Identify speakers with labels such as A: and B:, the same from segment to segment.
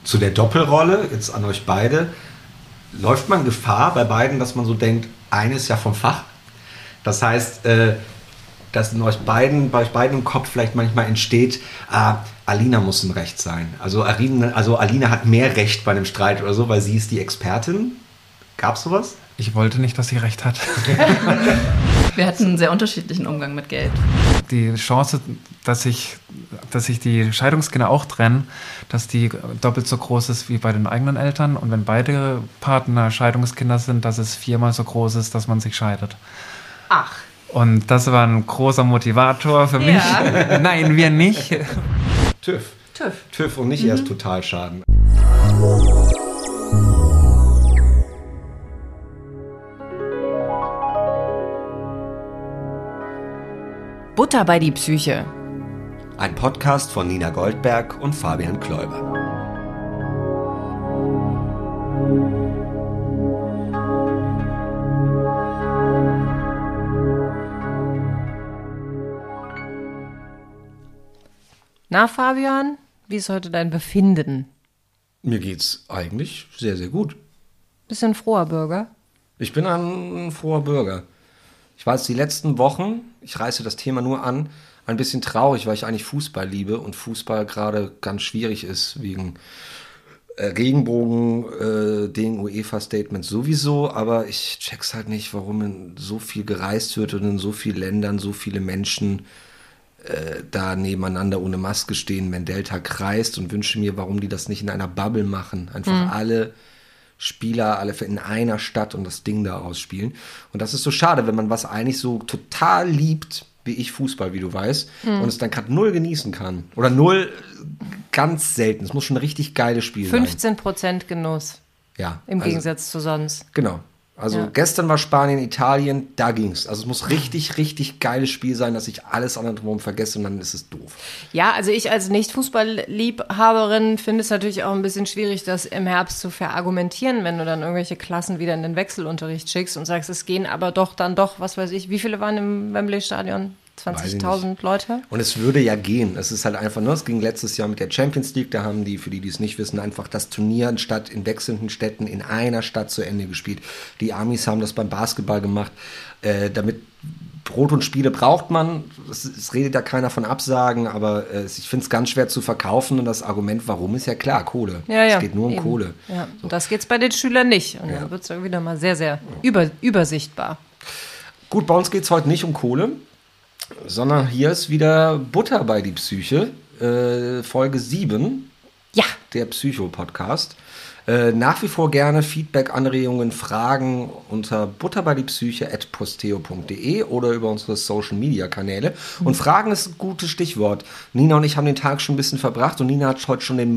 A: Zu der Doppelrolle, jetzt an euch beide, läuft man Gefahr bei beiden, dass man so denkt, eine ist ja vom Fach. Das heißt, dass bei euch beiden im Kopf vielleicht manchmal entsteht, Alina muss im Recht sein. Also Alina hat mehr Recht bei einem Streit oder so, weil sie ist die Expertin. Gab's sowas?
B: Ich wollte nicht, dass sie recht hat.
C: Wir hatten einen sehr unterschiedlichen Umgang mit Geld.
B: Die Chance, dass sich die Scheidungskinder auch trennen, dass die doppelt so groß ist wie bei den eigenen Eltern. Und wenn beide Partner Scheidungskinder sind, dass es 4-mal so groß ist, dass man sich scheidet.
C: Ach.
B: Und das war ein großer Motivator für mich. Nein, wir nicht.
A: TÜV und nicht erst Totalschaden.
D: Butter bei die Psyche.
A: Ein Podcast von Nina Goldberg und Fabian Kläuber.
D: Na, Fabian, wie ist heute dein Befinden?
A: Mir geht's eigentlich sehr, sehr gut.
D: Bist du ein froher Bürger?
A: Ich bin ein froher Bürger. Ich war jetzt die letzten Wochen, ich reiße das Thema nur an, ein bisschen traurig, weil ich eigentlich Fußball liebe und Fußball gerade ganz schwierig ist wegen Regenbogen, den UEFA-Statements sowieso, aber ich check's halt nicht, warum so viel gereist wird und in so vielen Ländern so viele Menschen da nebeneinander ohne Maske stehen, wenn Delta kreist, und wünsche mir, warum die das nicht in einer Bubble machen. Einfach alle Spieler, alle in einer Stadt und das Ding da ausspielen. Und das ist so schade, wenn man was eigentlich so total liebt, wie ich Fußball, wie du weißt, und es dann gerade 0 genießen kann. Oder 0 ganz selten. Es muss schon ein richtig geiles Spiel sein.
D: 15% Genuss.
A: Ja.
D: Im Gegensatz zu sonst.
A: Genau. Also gestern war Spanien, Italien, da ging's. Also es muss richtig, richtig geiles Spiel sein, dass ich alles andere drumherum vergesse und dann ist es doof.
D: Ja, also ich als Nicht-Fußball-Liebhaberin finde es natürlich auch ein bisschen schwierig, das im Herbst zu verargumentieren, wenn du dann irgendwelche Klassen wieder in den Wechselunterricht schickst und sagst, es gehen aber doch, was weiß ich, wie viele waren im Wembley-Stadion? 20.000 Leute.
A: Und es würde ja gehen. Es ist halt einfach nur, es ging letztes Jahr mit der Champions League, da haben die, für die es nicht wissen, einfach das Turnier anstatt in wechselnden Städten in einer Stadt zu Ende gespielt. Die Amis haben das beim Basketball gemacht. Damit Brot und Spiele braucht man. Es redet da keiner von Absagen, aber ich finde es ganz schwer zu verkaufen. Und das Argument, warum, ist ja klar, Kohle. Es geht nur um Kohle.
D: Ja. So. Und das geht's bei den Schülern nicht. Und dann wird es ja wieder mal sehr, sehr übersichtbar. Gut,
A: bei uns geht es heute nicht um Kohle, sondern hier ist wieder Butter bei die Psyche, Folge 7, der Psycho-Podcast. Nach wie vor gerne Feedback, Anregungen, Fragen unter butterbeidipsyche@posteo.de oder über unsere Social-Media-Kanäle. Und Fragen ist ein gutes Stichwort. Nina und ich haben den Tag schon ein bisschen verbracht und Nina hat heute schon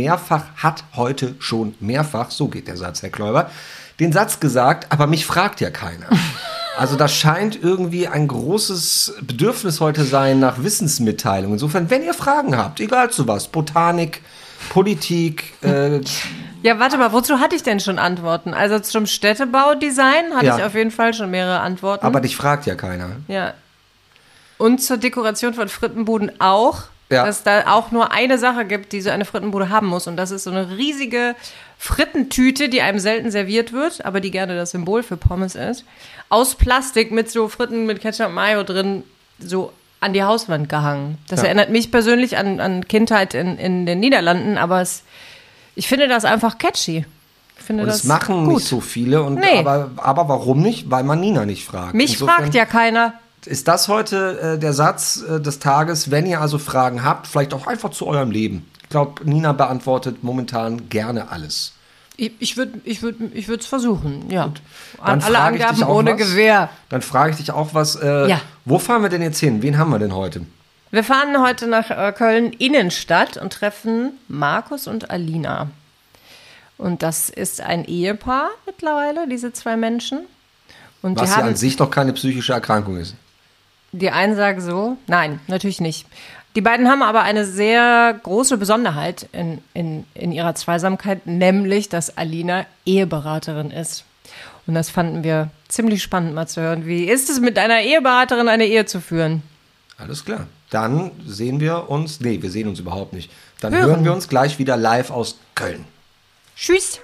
A: mehrfach, so geht der Satz, Herr Kläuber, den Satz gesagt, aber mich fragt ja keiner. Also das scheint irgendwie ein großes Bedürfnis heute sein nach Wissensmitteilung. Insofern, wenn ihr Fragen habt, egal zu was, Botanik, Politik.
D: Ja, warte mal, wozu hatte ich denn schon Antworten? Also zum Städtebaudesign hatte ich auf jeden Fall schon mehrere Antworten.
A: Aber dich fragt ja keiner.
D: Ja. Und zur Dekoration von Frittenbuden auch. Ja. Dass da auch nur eine Sache gibt, die so eine Frittenbude haben muss. Und das ist so eine riesige Frittentüte, die einem selten serviert wird, aber die gerne das Symbol für Pommes ist. Aus Plastik mit so Fritten mit Ketchup Mayo drin, so an die Hauswand gehangen. Das erinnert mich persönlich an Kindheit in den Niederlanden, aber ich finde das einfach catchy.
A: Und es machen gut. Nicht so viele. Aber warum nicht? Weil man Nina nicht fragt.
D: Mich fragt ja keiner.
A: Ist das heute der Satz des Tages, wenn ihr also Fragen habt, vielleicht auch einfach zu eurem Leben? Ich glaube, Nina beantwortet momentan gerne alles.
D: Ich würde es versuchen, ja.
A: Gut.
D: An alle Angaben ohne Gewehr.
A: Dann frage ich dich auch was. Wo fahren wir denn jetzt hin? Wen haben wir denn heute?
D: Wir fahren heute nach Köln Innenstadt und treffen Markus und Alina. Und das ist ein Ehepaar mittlerweile, diese 2 Menschen. Und
A: was ja an sich doch keine psychische Erkrankung ist.
D: Die einen sagen so, nein, natürlich nicht. Die beiden haben aber eine sehr große Besonderheit in ihrer Zweisamkeit, nämlich, dass Alina Eheberaterin ist. Und das fanden wir ziemlich spannend mal zu hören. Wie ist es, mit einer Eheberaterin eine Ehe zu führen?
A: Alles klar. Dann sehen wir uns, wir sehen uns überhaupt nicht. Dann hören wir uns gleich wieder live aus Köln.
D: Tschüss.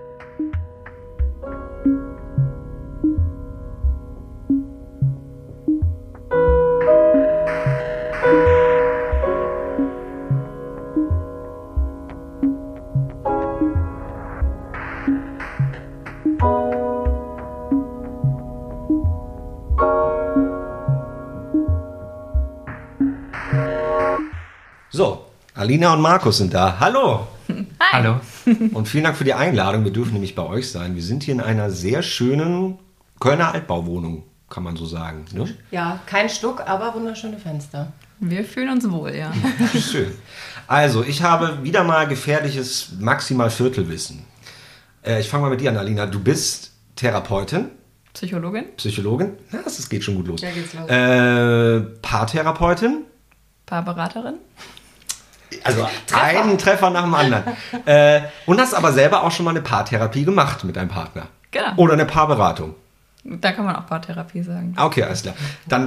A: So, Alina und Markus sind da. Hallo!
C: Hi.
B: Hallo.
A: Und vielen Dank für die Einladung. Wir dürfen nämlich bei euch sein. Wir sind hier in einer sehr schönen Kölner Altbauwohnung, kann man so sagen. Ne?
D: Ja, kein Stuck, aber wunderschöne Fenster.
C: Wir fühlen uns wohl, ja.
A: Schön. Also, ich habe wieder mal gefährliches maximal Viertelwissen. Ich fange mal mit dir an, Alina. Du bist Therapeutin,
C: Psychologin,
A: Na, das geht schon gut los.
D: Ja, geht's los.
A: Paartherapeutin,
C: Paarberaterin.
A: also einen Treffer nach dem anderen. Und hast aber selber auch schon mal eine Paartherapie gemacht mit deinem Partner.
C: Genau.
A: Oder eine Paarberatung.
C: Da kann man auch Paartherapie sagen.
A: Okay, alles klar.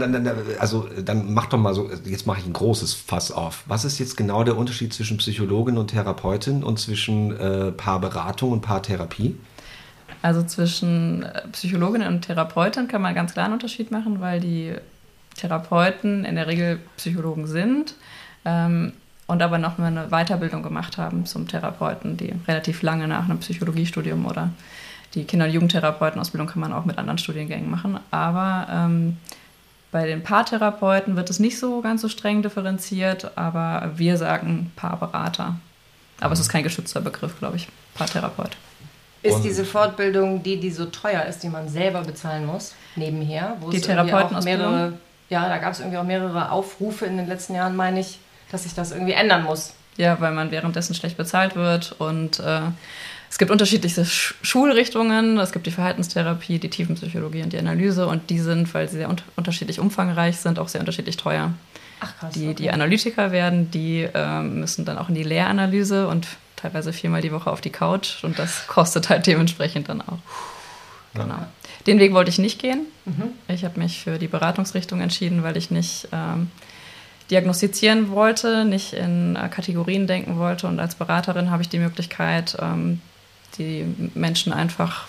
A: Dann mach doch mal so, jetzt mache ich ein großes Fass auf. Was ist jetzt genau der Unterschied zwischen Psychologin und Therapeutin und zwischen Paarberatung und Paartherapie?
C: Also zwischen Psychologin und Therapeutin kann man ganz klar einen Unterschied machen, weil die Therapeuten in der Regel Psychologen sind und aber noch mal eine Weiterbildung gemacht haben zum Therapeuten, die relativ lange nach einem Psychologiestudium oder die Kinder- und Jugendtherapeutenausbildung kann man auch mit anderen Studiengängen machen. Aber bei den Paartherapeuten wird es nicht so ganz so streng differenziert, aber wir sagen Paarberater. Aber es ist kein geschützter Begriff, glaube ich, Paartherapeut.
D: Ist diese Fortbildung die so teuer ist, die man selber bezahlen muss, nebenher? Wo
C: Die
D: es irgendwie auch
C: Therapeutenausbildung?
D: da gab es irgendwie auch mehrere Aufrufe in den letzten Jahren, meine ich, dass sich das irgendwie ändern muss.
C: Ja, weil man währenddessen schlecht bezahlt wird und es gibt unterschiedliche Schulrichtungen. Es gibt die Verhaltenstherapie, die Tiefenpsychologie und die Analyse und die sind, weil sie sehr unterschiedlich umfangreich sind, auch sehr unterschiedlich teuer.
D: Ach krass.
C: Die Analytiker werden, die müssen dann auch in die Lehranalyse und teilweise 4-mal die Woche auf die Couch und das kostet halt dementsprechend dann auch. Genau. Den Weg wollte ich nicht gehen. Ich habe mich für die Beratungsrichtung entschieden, weil ich nicht diagnostizieren wollte, nicht in Kategorien denken wollte und als Beraterin habe ich die Möglichkeit, die Menschen einfach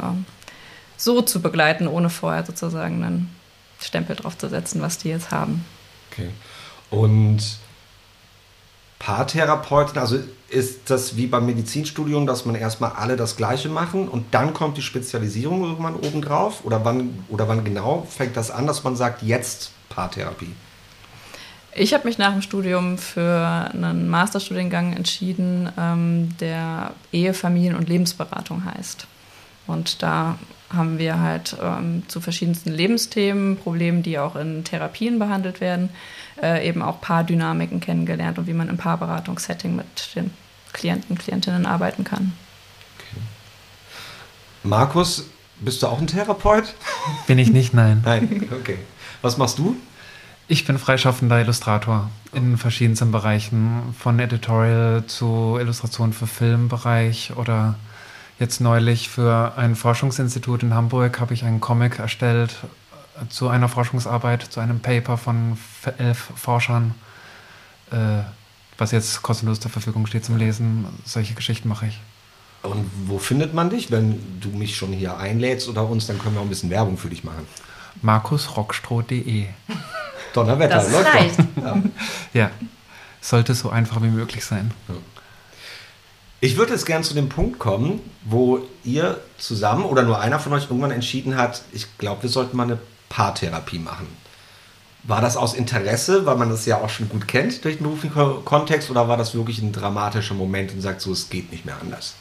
C: so zu begleiten, ohne vorher sozusagen einen Stempel drauf zu setzen, was die jetzt haben.
A: Okay. Und Paartherapeutin, also ist das wie beim Medizinstudium, dass man erstmal alle das Gleiche machen und dann kommt die Spezialisierung irgendwann obendrauf? Oder wann genau fängt das an, dass man sagt, jetzt Paartherapie?
C: Ich habe mich nach dem Studium für einen Masterstudiengang entschieden, der Ehe, Familien- und Lebensberatung heißt. Und da haben wir halt zu verschiedensten Lebensthemen, Problemen, die auch in Therapien behandelt werden, eben auch Paardynamiken kennengelernt und wie man im Paarberatungssetting mit den Klienten, Klientinnen arbeiten kann.
A: Okay. Markus, bist du auch ein Therapeut?
B: Bin ich nicht, nein.
A: Nein, okay. Was machst du?
B: Ich bin freischaffender Illustrator in verschiedensten Bereichen, von Editorial zu Illustration für Filmbereich oder jetzt neulich für ein Forschungsinstitut in Hamburg habe ich einen Comic erstellt zu einer Forschungsarbeit, zu einem Paper von 11 Forschern, was jetzt kostenlos zur Verfügung steht zum Lesen. Solche Geschichten mache ich.
A: Und wo findet man dich? Wenn du mich schon hier einlädst oder uns, dann können wir auch ein bisschen Werbung für dich machen.
B: markusrockstroh.de.
A: Donnerwetter,
D: Das
A: läuft
D: reicht.
A: doch.
B: Ja, sollte so einfach wie möglich sein.
A: Ich würde jetzt gern zu dem Punkt kommen, wo ihr zusammen oder nur einer von euch irgendwann entschieden hat, ich glaube, wir sollten mal eine Paartherapie machen. War das aus Interesse, weil man das ja auch schon gut kennt durch den beruflichen Kontext, oder war das wirklich ein dramatischer Moment und sagt so, es geht nicht mehr anders?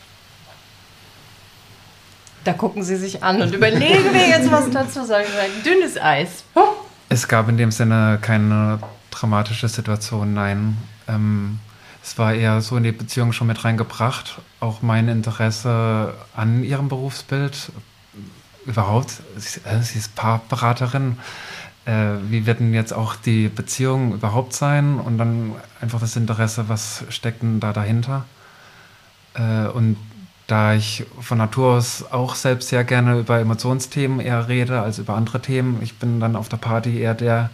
D: Da gucken sie sich an und überlegen, wer jetzt was dazu sagen will. Dünnes Eis.
B: Es gab in dem Sinne keine dramatische Situation, nein. Es war eher so in die Beziehung schon mit reingebracht, auch mein Interesse an ihrem Berufsbild. Überhaupt, sie ist Paarberaterin. Wie wird denn jetzt auch die Beziehung überhaupt sein? Und dann einfach das Interesse, was steckt denn da dahinter? Und da ich von Natur aus auch selbst sehr gerne über Emotionsthemen eher rede als über andere Themen, ich bin dann auf der Party eher der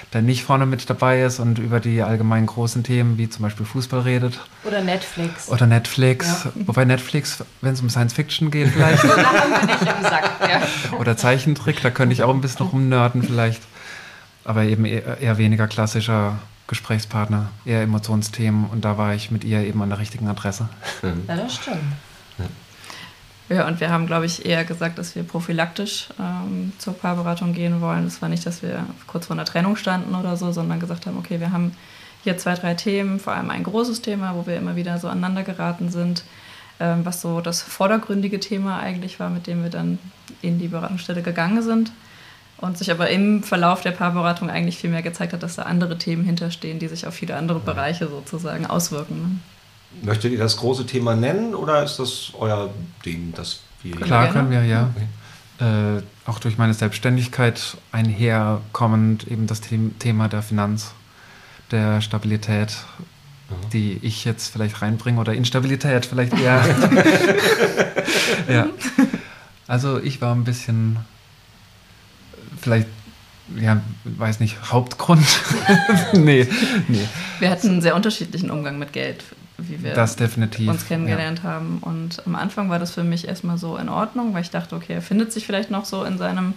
B: der nicht vorne mit dabei ist und über die allgemein großen Themen wie zum Beispiel Fußball redet.
D: Oder Netflix.
B: Ja. Wobei Netflix, wenn es um Science Fiction geht, vielleicht.
D: Da haben wir nicht im Sack. Ja.
B: Oder Zeichentrick, da könnte ich auch ein bisschen rumnörden vielleicht. Aber eben eher weniger klassischer Gesprächspartner, eher Emotionsthemen. Und da war ich mit ihr eben an der richtigen Adresse.
D: Ja, das stimmt.
C: Ja, und wir haben, glaube ich, eher gesagt, dass wir prophylaktisch zur Paarberatung gehen wollen. Es war nicht, dass wir kurz vor einer Trennung standen oder so, sondern gesagt haben, okay, wir haben hier 2, 3 Themen, vor allem ein großes Thema, wo wir immer wieder so aneinander geraten sind, was so das vordergründige Thema eigentlich war, mit dem wir dann in die Beratungsstelle gegangen sind. Und sich aber im Verlauf der Paarberatung eigentlich viel mehr gezeigt hat, dass da andere Themen hinterstehen, die sich auf viele andere Bereiche sozusagen auswirken.
A: Möchtet ihr das große Thema nennen oder ist das euer Ding, das wir...
B: Klar können wir, ja. Okay. Auch durch meine Selbstständigkeit einherkommend eben das Thema der Finanz, der Stabilität, die ich jetzt vielleicht reinbringe oder Instabilität vielleicht eher. Ja. Also ich war ein bisschen, vielleicht, ja, weiß nicht, Hauptgrund. nee.
C: Wir hatten einen sehr unterschiedlichen Umgang mit Geld, wie wir
B: das definitiv,
C: uns kennengelernt haben. Und am Anfang war das für mich erstmal so in Ordnung, weil ich dachte, okay, er findet sich vielleicht noch so in seinem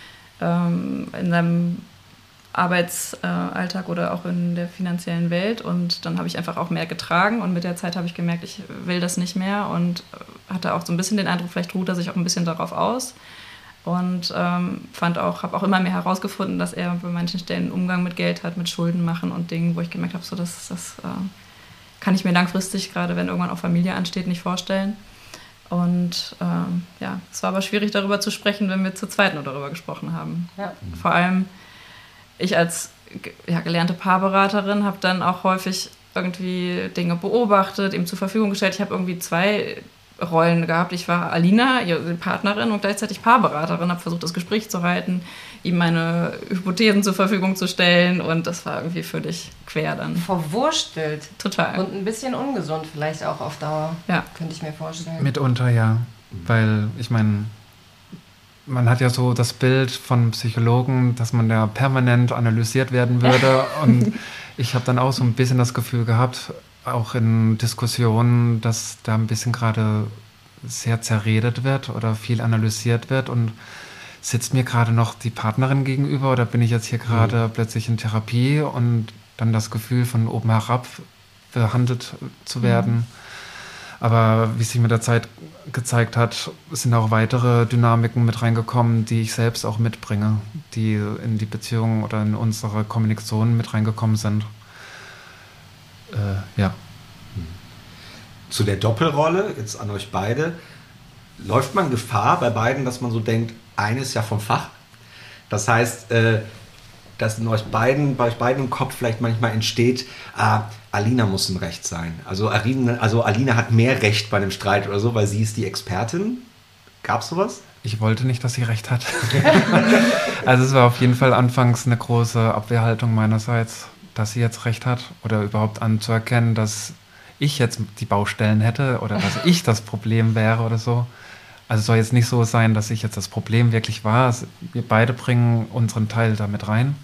C: Arbeitsalltag oder auch in der finanziellen Welt. Und dann habe ich einfach auch mehr getragen und mit der Zeit habe ich gemerkt, ich will das nicht mehr und hatte auch so ein bisschen den Eindruck, vielleicht ruht er sich auch ein bisschen darauf aus. Und habe auch immer mehr herausgefunden, dass er bei manchen Stellen einen Umgang mit Geld hat, mit Schulden machen und Dingen, wo ich gemerkt habe, so das kann ich mir langfristig, gerade wenn irgendwann auch Familie ansteht, nicht vorstellen. Und es war aber schwierig, darüber zu sprechen, wenn wir zu zweit nur darüber gesprochen haben. Ja. Vor allem ich als gelernte Paarberaterin habe dann auch häufig irgendwie Dinge beobachtet, ihm zur Verfügung gestellt. Ich habe irgendwie 2 Rollen gehabt. Ich war Alina, ihre Partnerin und gleichzeitig Paarberaterin, habe versucht, das Gespräch zu halten, ihm meine Hypothesen zur Verfügung zu stellen und das war irgendwie völlig quer dann.
D: Verwurstelt.
C: Total.
D: Und ein bisschen ungesund vielleicht auch auf Dauer, könnte ich mir vorstellen.
B: Mitunter, ja. Weil, ich meine, man hat ja so das Bild von Psychologen, dass man da permanent analysiert werden würde und ich habe dann auch so ein bisschen das Gefühl gehabt, auch in Diskussionen, dass da ein bisschen gerade sehr zerredet wird oder viel analysiert wird und sitzt mir gerade noch die Partnerin gegenüber oder bin ich jetzt hier gerade plötzlich in Therapie und dann das Gefühl von oben herab behandelt zu werden. Aber wie sich mit der Zeit gezeigt hat, sind auch weitere Dynamiken mit reingekommen, die ich selbst auch mitbringe, die in die Beziehung oder in unsere Kommunikation mit reingekommen sind.
A: Zu der Doppelrolle, jetzt an euch beide, läuft man Gefahr bei beiden, dass man so denkt, eine ist ja vom Fach. Das heißt, dass bei euch beiden im Kopf vielleicht manchmal entsteht, Alina muss im Recht sein. Also Alina hat mehr Recht bei einem Streit oder so, weil sie ist die Expertin. Gab's sowas?
B: Ich wollte nicht, dass sie recht hat. Also es war auf jeden Fall anfangs eine große Abwehrhaltung meinerseits, dass sie jetzt recht hat oder überhaupt anzuerkennen, dass ich jetzt die Baustellen hätte oder dass ich das Problem wäre oder so. Also es soll jetzt nicht so sein, dass ich jetzt das Problem wirklich war. Wir beide bringen unseren Teil damit rein.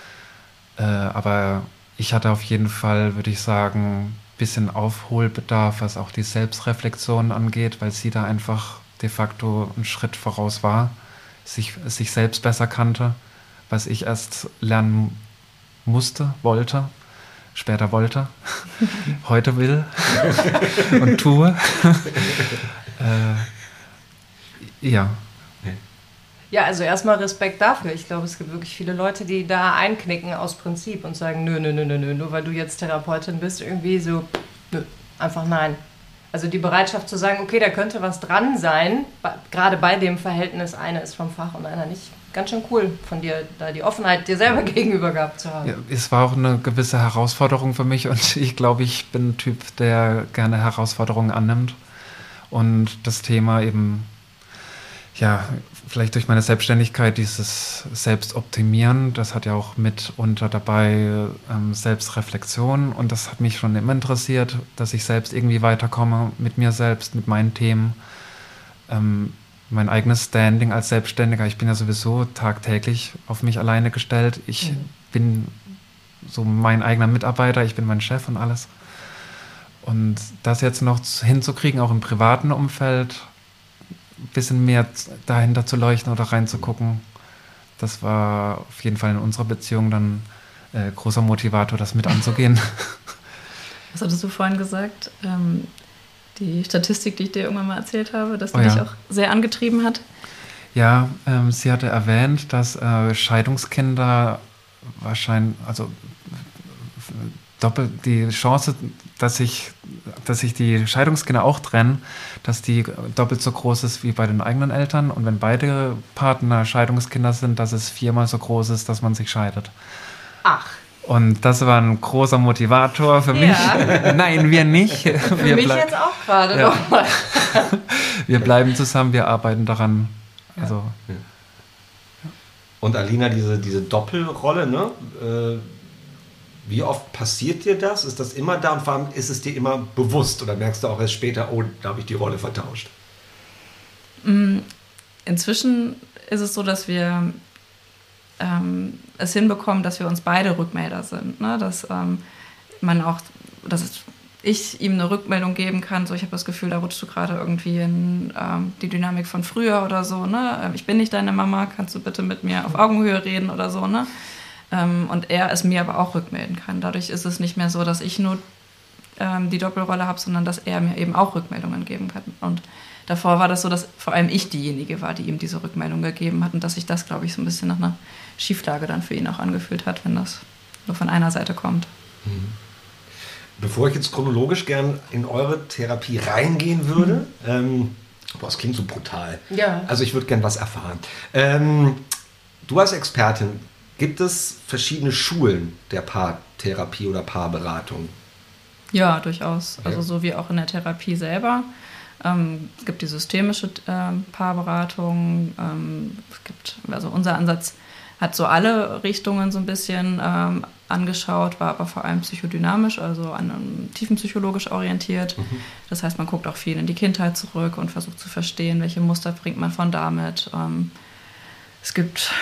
B: Aber ich hatte auf jeden Fall, würde ich sagen, ein bisschen Aufholbedarf, was auch die Selbstreflexion angeht, weil sie da einfach de facto einen Schritt voraus war, sich selbst besser kannte, was ich erst lernen wollte, später wollte, heute will und tue. Ja.
D: Ja, also erstmal Respekt dafür. Ich glaube, es gibt wirklich viele Leute, die da einknicken aus Prinzip und sagen, nö, nur weil du jetzt Therapeutin bist, irgendwie so, nö, einfach nein. Also die Bereitschaft zu sagen, okay, da könnte was dran sein, gerade bei dem Verhältnis, einer ist vom Fach und einer nicht. Ganz schön cool von dir, da die Offenheit dir selber gegenüber gehabt zu haben.
B: Ja, es war auch eine gewisse Herausforderung für mich und ich glaube, ich bin ein Typ, der gerne Herausforderungen annimmt und das Thema eben, ja, vielleicht durch meine Selbstständigkeit, dieses Selbstoptimieren, das hat ja auch mitunter dabei Selbstreflexion und das hat mich schon immer interessiert, dass ich selbst irgendwie weiterkomme mit mir selbst, mit meinen Themen. Mein eigenes Standing als Selbstständiger, ich bin ja sowieso tagtäglich auf mich alleine gestellt. Ich bin so mein eigener Mitarbeiter, ich bin mein Chef und alles. Und das jetzt noch hinzukriegen, auch im privaten Umfeld, ein bisschen mehr dahinter zu leuchten oder reinzugucken, das war auf jeden Fall in unserer Beziehung dann großer Motivator, das mit anzugehen.
C: Was hattest du vorhin gesagt? Die Statistik, die ich dir irgendwann mal erzählt habe, dass die dich auch sehr angetrieben hat?
B: Ja, sie hatte erwähnt, dass Scheidungskinder wahrscheinlich, also doppelt die Chance, dass sich die Scheidungskinder auch trennen, dass die doppelt so groß ist wie bei den eigenen Eltern. Und wenn beide Partner Scheidungskinder sind, dass es 4-mal so groß ist, dass man sich scheidet.
D: Ach.
B: Und das war ein großer Motivator für mich. Nein, wir nicht.
D: Für mich jetzt auch gerade nochmal.
B: Wir bleiben zusammen, wir arbeiten daran.
A: Ja.
B: Also.
A: Ja. Und Alina, diese Doppelrolle, ne? Wie oft passiert dir das? Ist das immer da und vor allem ist es dir immer bewusst oder merkst du auch erst später, oh, da habe ich die Rolle vertauscht?
C: Inzwischen ist es so, dass wir es hinbekommen, dass wir uns beide Rückmelder sind. Ne? Dass ich ihm eine Rückmeldung geben kann, so ich habe das Gefühl, da rutschst du gerade irgendwie in die Dynamik von früher oder so. Ne? Ich bin nicht deine Mama, kannst du bitte mit mir auf Augenhöhe reden oder so. Ne? Und er es mir aber auch rückmelden kann. Dadurch ist es nicht mehr so, dass ich nur die Doppelrolle habe, sondern dass er mir eben auch Rückmeldungen geben kann. Und davor war das so, dass vor allem ich diejenige war, die ihm diese Rückmeldung gegeben hat und dass sich das, glaube ich, so ein bisschen nach einer Schieflage dann für ihn auch angefühlt hat, wenn das nur von einer Seite kommt.
A: Bevor ich jetzt chronologisch gern in eure Therapie reingehen würde, das klingt so brutal.
D: Ja.
A: Also ich würde gern was erfahren. Du als Expertin, gibt es verschiedene Schulen der Paartherapie oder Paarberatung?
C: Ja, durchaus. Also so wie auch in der Therapie selber. Es gibt die systemische Paarberatung. Also unser Ansatz hat so alle Richtungen so ein bisschen angeschaut, war aber vor allem psychodynamisch, also tiefenpsychologisch orientiert. Das heißt, man guckt auch viel in die Kindheit zurück und versucht zu verstehen, welche Muster bringt man von damit. Es gibt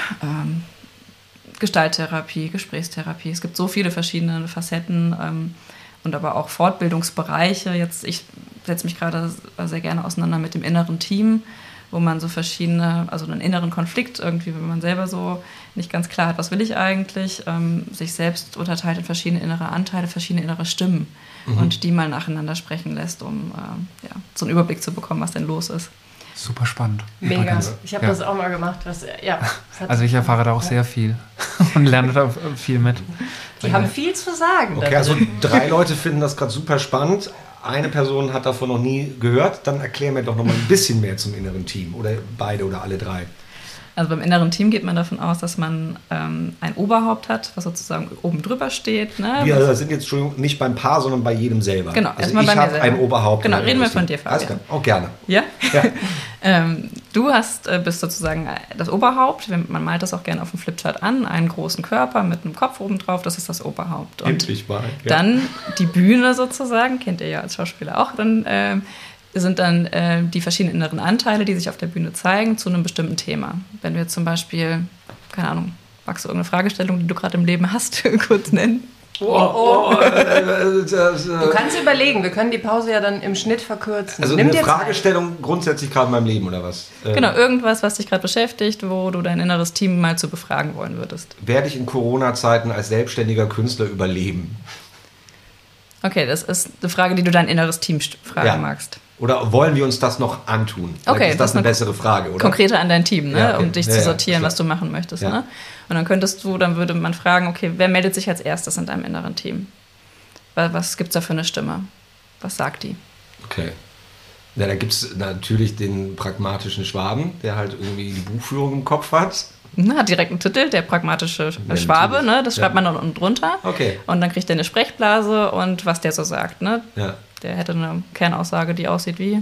C: Gestalttherapie, Gesprächstherapie. Es gibt so viele verschiedene Facetten und aber auch Fortbildungsbereiche. Ich setze mich gerade sehr gerne auseinander mit dem inneren Team, wo man so also einen inneren Konflikt irgendwie, wenn man selber so nicht ganz klar hat, was will ich eigentlich, sich selbst unterteilt in verschiedene innere Anteile, verschiedene innere Stimmen und die mal nacheinander sprechen lässt, um so einen Überblick zu bekommen, was denn los ist.
B: Super spannend.
D: Mega. Übrigens. Ich habe das auch mal gemacht.
B: Also ich erfahre da auch sehr viel und lerne da viel mit.
D: Die haben viel zu sagen.
A: Okay, also 3 Leute finden das gerade super spannend. Eine Person hat davon noch nie gehört. Dann erklär mir doch noch mal ein bisschen mehr zum inneren Team. Oder beide oder alle 3.
C: Also beim inneren Team geht man davon aus, dass man ein Oberhaupt hat, was sozusagen oben drüber steht. Ne?
A: Wir sind jetzt nicht beim Paar, sondern bei jedem selber.
C: Genau,
A: also ich habe ein Oberhaupt.
C: Genau, reden wir von dir, Fabian.
A: Auch gerne.
C: Ja? Du bist sozusagen das Oberhaupt. Man malt das auch gerne auf dem Flipchart an. Einen großen Körper mit einem Kopf oben drauf, das ist das Oberhaupt. Und
A: endlich mal. Ja.
C: Dann die Bühne sozusagen, kennt ihr ja als Schauspieler auch, dann sind dann die verschiedenen inneren Anteile, die sich auf der Bühne zeigen, zu einem bestimmten Thema. Wenn wir zum Beispiel, keine Ahnung, magst du irgendeine Fragestellung, die du gerade im Leben hast, kurz nennen?
D: Du kannst überlegen, wir können die Pause ja dann im Schnitt verkürzen.
A: Also eine Fragestellung grundsätzlich gerade in meinem Leben, oder was?
C: Genau, irgendwas, was dich gerade beschäftigt, wo du dein inneres Team mal zu befragen wollen würdest.
A: Werde ich in Corona-Zeiten als selbstständiger Künstler überleben?
C: Okay, das ist eine Frage, die du dein inneres Team fragen magst.
A: Oder wollen wir uns das noch antun?
C: Okay,
A: ist das eine bessere Frage, oder?
C: Konkreter an dein Team, ne?
A: Ja, okay.
C: Um dich zu sortieren, was du machen möchtest. Ne? Und dann würde man fragen, okay, wer meldet sich als erstes in deinem inneren Team? Was gibt es da für eine Stimme? Was sagt die?
A: Okay. Ja, da gibt es natürlich den pragmatischen Schwaben, der halt irgendwie die Buchführung im Kopf hat.
C: Hat direkt einen Titel, der pragmatische Schwabe, ne? Das schreibt man dann unten drunter.
A: Okay.
C: Und dann kriegt er eine Sprechblase und was der so sagt. Ne?
A: Ja.
C: Der hätte eine Kernaussage, die aussieht wie?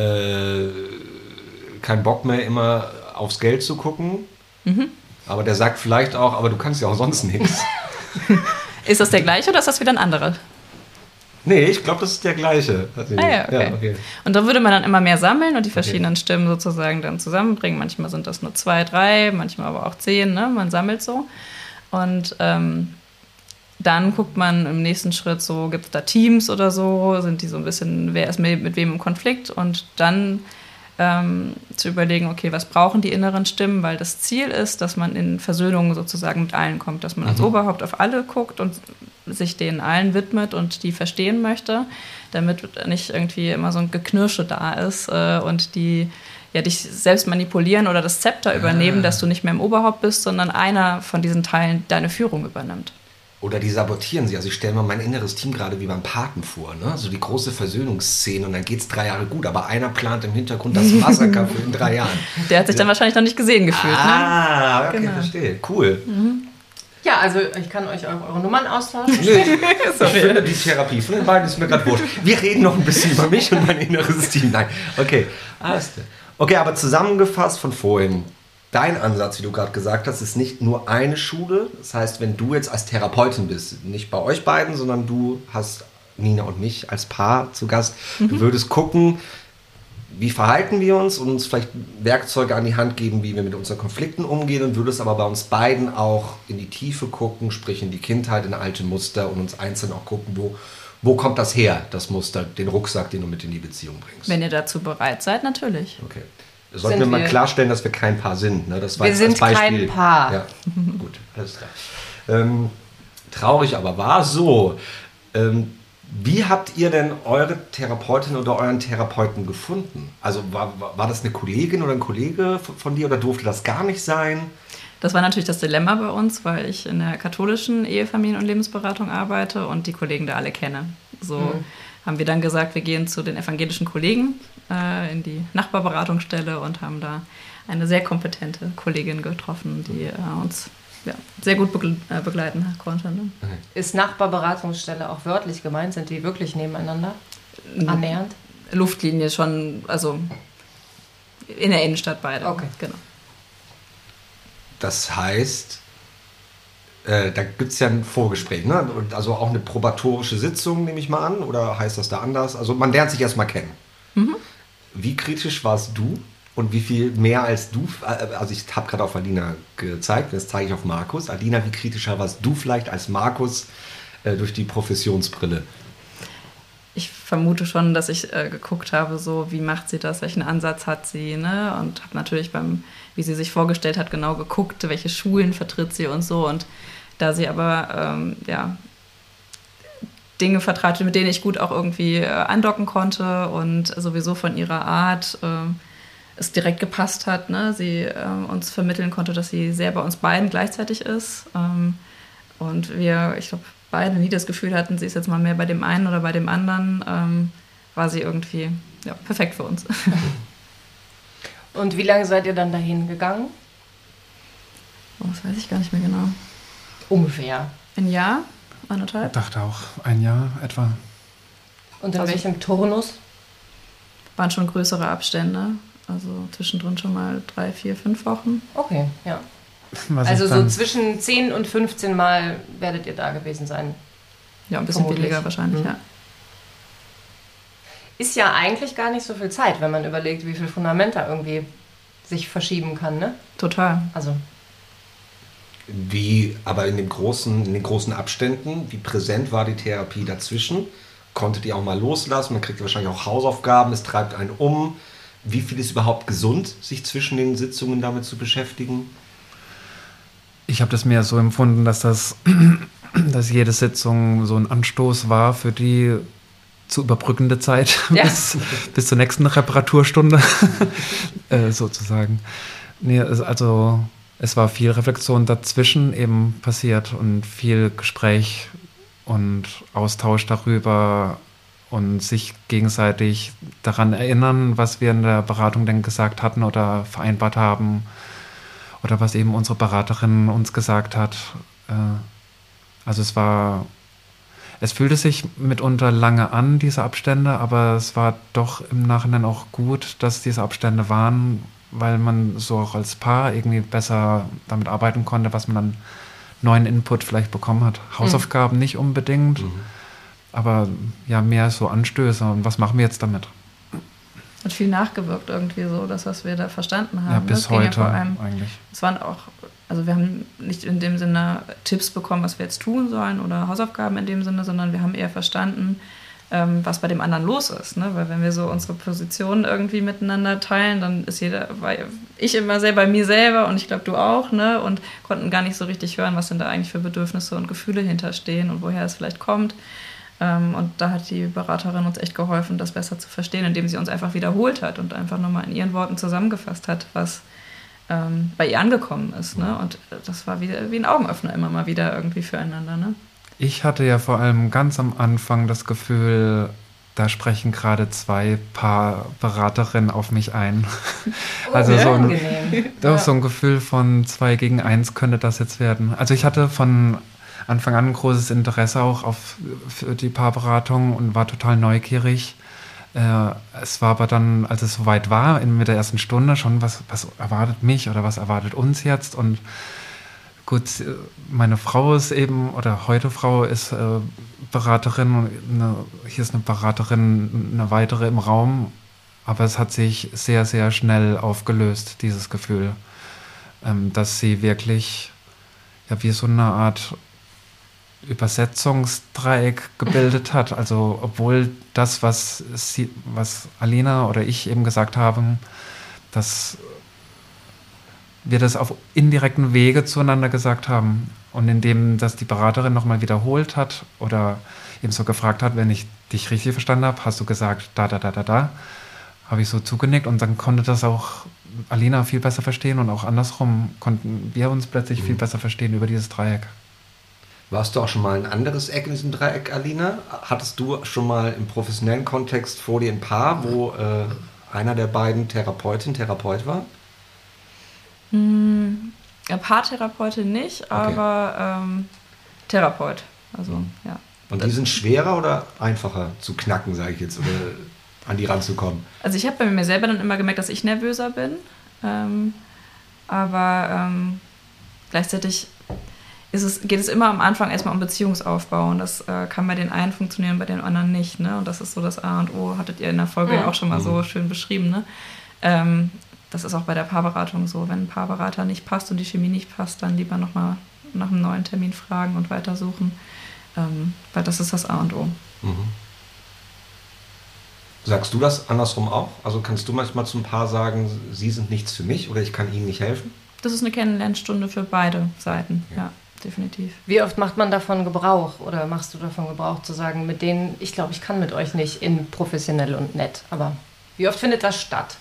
A: Kein Bock mehr, immer aufs Geld zu gucken. Aber der sagt vielleicht auch, aber du kannst ja auch sonst nichts.
C: Ist das der gleiche oder ist das wieder ein anderer?
A: Nee, ich glaube, das ist der gleiche.
C: Okay. Und da würde man dann immer mehr sammeln und die verschiedenen Stimmen sozusagen dann zusammenbringen. Manchmal sind das nur 2, 3, manchmal aber auch 10. Ne? Man sammelt so. Und dann dann guckt man im nächsten Schritt so, gibt es da Teams oder so, sind die so ein bisschen, wer ist mit wem im Konflikt und dann zu überlegen, okay, was brauchen die inneren Stimmen, weil das Ziel ist, dass man in Versöhnung sozusagen mit allen kommt, dass man als Oberhaupt auf alle guckt und sich denen allen widmet und die verstehen möchte, damit nicht irgendwie immer so ein Geknirsche da ist und die dich selbst manipulieren oder das Zepter übernehmen, dass du nicht mehr im Oberhaupt bist, sondern einer von diesen Teilen deine Führung übernimmt.
A: Oder die sabotieren sie. Also ich stelle mir mein inneres Team gerade wie beim Paten vor, ne? So die große Versöhnungsszene und dann geht es 3 Jahre gut, aber einer plant im Hintergrund das Massaker für in 3 Jahren.
C: Der hat sich dann wahrscheinlich noch nicht gesehen gefühlt.
A: Okay, genau. Verstehe. Cool.
D: Ja, also ich kann euch eure Nummern austauschen.
A: Nee, ich finde die Therapie von den beiden ist mir gerade wurscht. Wir reden noch ein bisschen über mich und mein inneres Team. Nein, okay. Okay, aber zusammengefasst von vorhin. Dein Ansatz, wie du gerade gesagt hast, ist nicht nur eine Schule. Das heißt, wenn du jetzt als Therapeutin bist, nicht bei euch beiden, sondern du hast Nina und mich als Paar zu Gast, du würdest gucken, wie verhalten wir uns und uns vielleicht Werkzeuge an die Hand geben, wie wir mit unseren Konflikten umgehen und würdest aber bei uns beiden auch in die Tiefe gucken, sprich in die Kindheit, in alte Muster und uns einzeln auch gucken, wo kommt das her, das Muster, den Rucksack, den du mit in die Beziehung bringst.
C: Wenn ihr dazu bereit seid, natürlich.
A: Okay. Sollten wir mal klarstellen, dass wir kein Paar sind. Ne? Das war
D: wir sind kein Paar.
A: Ja, gut, alles klar. Traurig aber war so. Wie habt ihr denn eure Therapeutin oder euren Therapeuten gefunden? Also war das eine Kollegin oder ein Kollege von dir oder durfte das gar nicht sein?
C: Das war natürlich das Dilemma bei uns, weil ich in der katholischen Ehefamilien- und Lebensberatung arbeite und die Kollegen da alle kenne. So haben wir dann gesagt, wir gehen zu den evangelischen Kollegen in die Nachbarberatungsstelle und haben da eine sehr kompetente Kollegin getroffen, die uns sehr gut begleiten konnte. Ne?
D: Ist Nachbarberatungsstelle auch wörtlich gemeint? Sind die wirklich nebeneinander? Annähernd?
C: Luftlinie schon, also in der Innenstadt beide.
D: Okay.
C: Genau.
A: Das heißt, da gibt es ja ein Vorgespräch, ne? Und also auch eine probatorische Sitzung, nehme ich mal an, oder heißt das da anders? Also man lernt sich erstmal kennen. Wie kritisch warst du und wie viel mehr als du? Also ich habe gerade auf Alina gezeigt, das zeige ich auf Markus. Alina, wie kritischer warst du vielleicht als Markus durch die Professionsbrille?
C: Ich vermute schon, dass ich geguckt habe, so wie macht sie das, welchen Ansatz hat sie, ne? Und habe natürlich wie sie sich vorgestellt hat, genau geguckt, welche Schulen vertritt sie und so. Und da sie aber Dinge vertrat, mit denen ich gut auch irgendwie andocken konnte und sowieso von ihrer Art es direkt gepasst hat, ne? Sie uns vermitteln konnte, dass sie sehr bei uns beiden gleichzeitig ist. Und wir, ich glaube, beide nie das Gefühl hatten, sie ist jetzt mal mehr bei dem einen oder bei dem anderen, war sie irgendwie perfekt für uns.
D: Und wie lange seid ihr dann dahin gegangen?
C: Das weiß ich gar nicht mehr genau.
D: Ungefähr.
C: Ein Jahr? 1,5?
B: Ich dachte auch 1 Jahr etwa.
D: Und in welchem Turnus?
C: Waren schon größere Abstände, also zwischendrin schon mal 3, 4, 5 Wochen.
D: Okay, ja. Also so zwischen 10 und 15 Mal werdet ihr da gewesen sein.
C: Ja, ein bisschen weniger wahrscheinlich, ja.
D: Ist ja eigentlich gar nicht so viel Zeit, wenn man überlegt, wie viel Fundament da irgendwie sich verschieben kann, ne?
C: Total.
D: Also.
A: Aber in den großen Abständen, wie präsent war die Therapie dazwischen? Konntet ihr auch mal loslassen? Man kriegt wahrscheinlich auch Hausaufgaben, es treibt einen um. Wie viel ist überhaupt gesund, sich zwischen den Sitzungen damit zu beschäftigen?
B: Ich habe das mehr so empfunden, dass jede Sitzung so ein Anstoß war für die zu überbrückende Zeit bis zur nächsten Reparaturstunde sozusagen. Nee, also es war viel Reflexion dazwischen eben passiert und viel Gespräch und Austausch darüber und sich gegenseitig daran erinnern, was wir in der Beratung denn gesagt hatten oder vereinbart haben oder was eben unsere Beraterin uns gesagt hat. Also es fühlte sich mitunter lange an, diese Abstände, aber es war doch im Nachhinein auch gut, dass diese Abstände waren, weil man so auch als Paar irgendwie besser damit arbeiten konnte, was man dann neuen Input vielleicht bekommen hat. Hausaufgaben nicht unbedingt, aber ja, mehr so Anstöße und was machen wir jetzt damit?
C: Hat viel nachgewirkt irgendwie so, das, was wir da verstanden haben.
B: Ja, bis heute
C: vor allem,
B: eigentlich.
C: Es waren auch, also wir haben nicht in dem Sinne Tipps bekommen, was wir jetzt tun sollen oder Hausaufgaben in dem Sinne, sondern wir haben eher verstanden, was bei dem anderen los ist. Ne? Weil wenn wir so unsere Positionen irgendwie miteinander teilen, dann ist war ich immer sehr bei mir selber und ich glaube du auch, ne? Und konnten gar nicht so richtig hören, was denn da eigentlich für Bedürfnisse und Gefühle hinterstehen und woher es vielleicht kommt. Und da hat die Beraterin uns echt geholfen, das besser zu verstehen, indem sie uns einfach wiederholt hat und einfach nochmal in ihren Worten zusammengefasst hat, was bei ihr angekommen ist. Ne? Und das war wie ein Augenöffner immer mal wieder irgendwie füreinander. Ne?
B: Ich hatte ja vor allem ganz am Anfang das Gefühl, da sprechen gerade 2 Paarberaterinnen auf mich ein. Also so ein Gefühl von 2 gegen 1 könnte das jetzt werden. Also ich hatte von Anfang an ein großes Interesse auch für die Paarberatung und war total neugierig. Es war aber dann, als es soweit war, mit der ersten Stunde schon, was erwartet mich oder was erwartet uns jetzt? Und gut, meine Frau ist eben, oder heute Frau ist Beraterin und hier ist eine Beraterin, eine weitere im Raum, aber es hat sich sehr, sehr schnell aufgelöst, dieses Gefühl, dass sie wirklich wie so eine Art Übersetzungsdreieck gebildet hat. Also obwohl das, was Alina oder ich eben gesagt haben, dass wir das auf indirekten Wege zueinander gesagt haben und indem das die Beraterin nochmal wiederholt hat oder eben so gefragt hat, wenn ich dich richtig verstanden habe, hast du gesagt da, habe ich so zugenickt und dann konnte das auch Alina viel besser verstehen und auch andersrum konnten wir uns plötzlich viel besser verstehen über dieses Dreieck.
A: Warst du auch schon mal ein anderes Eck in diesem Dreieck, Alina? Hattest du schon mal im professionellen Kontext vor dir ein Paar, wo einer der beiden Therapeut war?
C: Paartherapeutin nicht, aber Therapeut. Also, ja.
A: Und die sind schwerer oder einfacher zu knacken, sage ich jetzt, oder an die ranzukommen?
C: Also ich habe bei mir selber dann immer gemerkt, dass ich nervöser bin. Aber gleichzeitig geht es immer am Anfang erstmal um Beziehungsaufbau und das kann bei den einen funktionieren, bei den anderen nicht. Ne? Und das ist so das A und O, hattet ihr in der Folge ja auch schon mal so schön beschrieben. Ne? Das ist auch bei der Paarberatung so. Wenn ein Paarberater nicht passt und die Chemie nicht passt, dann lieber nochmal nach einem neuen Termin fragen und weitersuchen, weil das ist das A und O.
A: Mhm. Sagst du das andersrum auch? Also kannst du manchmal zum Paar sagen, sie sind nichts für mich oder ich kann ihnen nicht helfen?
C: Das ist eine Kennenlernstunde für beide Seiten, ja, definitiv.
D: Wie oft macht man davon Gebrauch oder machst du davon Gebrauch zu sagen, mit denen, ich glaube, ich kann mit euch nicht in professionell und nett, aber wie oft findet das statt?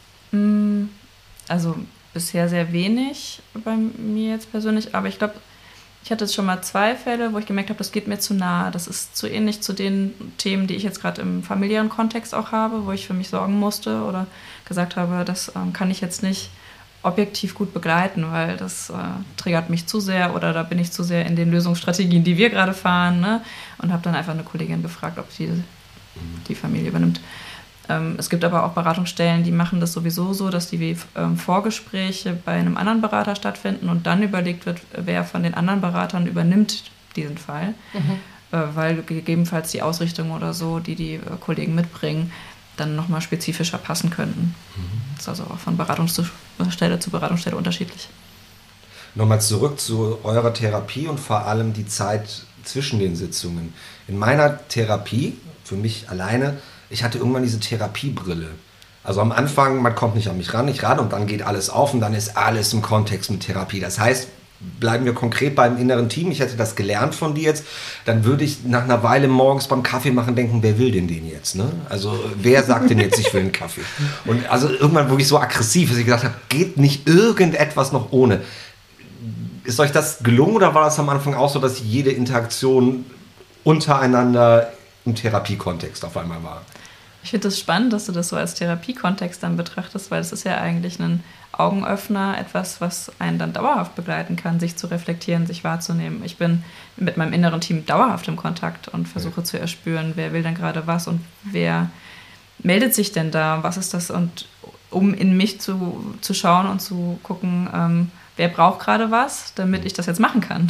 C: Also bisher sehr wenig bei mir jetzt persönlich, aber ich glaube, ich hatte jetzt schon mal 2 Fälle, wo ich gemerkt habe, das geht mir zu nahe. Das ist zu ähnlich zu den Themen, die ich jetzt gerade im familiären Kontext auch habe, wo ich für mich sorgen musste oder gesagt habe, das kann ich jetzt nicht objektiv gut begleiten, weil das triggert mich zu sehr oder da bin ich zu sehr in den Lösungsstrategien, die wir gerade fahren, ne? Und habe dann einfach eine Kollegin gefragt, ob sie die Familie übernimmt. Es gibt aber auch Beratungsstellen, die machen das sowieso so, dass die Vorgespräche bei einem anderen Berater stattfinden und dann überlegt wird, wer von den anderen Beratern übernimmt diesen Fall, weil gegebenenfalls die Ausrichtung oder so, die Kollegen mitbringen, dann nochmal spezifischer passen könnten. Das ist also auch von Beratungsstelle zu Beratungsstelle unterschiedlich.
A: Nochmal zurück zu eurer Therapie und vor allem die Zeit zwischen den Sitzungen. In meiner Therapie, für mich alleine, ich hatte irgendwann diese Therapiebrille. Also am Anfang, man kommt nicht an mich ran, und dann geht alles auf und dann ist alles im Kontext mit Therapie. Das heißt, bleiben wir konkret beim inneren Team, ich hätte das gelernt von dir jetzt, dann würde ich nach einer Weile morgens beim Kaffee machen denken, wer will denn den jetzt? Ne? Also wer sagt denn jetzt, ich will einen Kaffee? Und also irgendwann wurde ich so aggressiv, dass ich gedacht habe, geht nicht irgendetwas noch ohne? Ist euch das gelungen oder war das am Anfang auch so, dass jede Interaktion untereinander im Therapiekontext auf einmal war?
C: Ich finde das spannend, dass du das so als Therapiekontext dann betrachtest, weil es ist ja eigentlich ein Augenöffner, etwas, was einen dann dauerhaft begleiten kann, sich zu reflektieren, sich wahrzunehmen. Ich bin mit meinem inneren Team dauerhaft im Kontakt und versuche zu erspüren, wer will denn gerade was und wer meldet sich denn da, was ist das? Und um in mich zu schauen und zu gucken, wer braucht gerade was, damit ich das jetzt machen kann.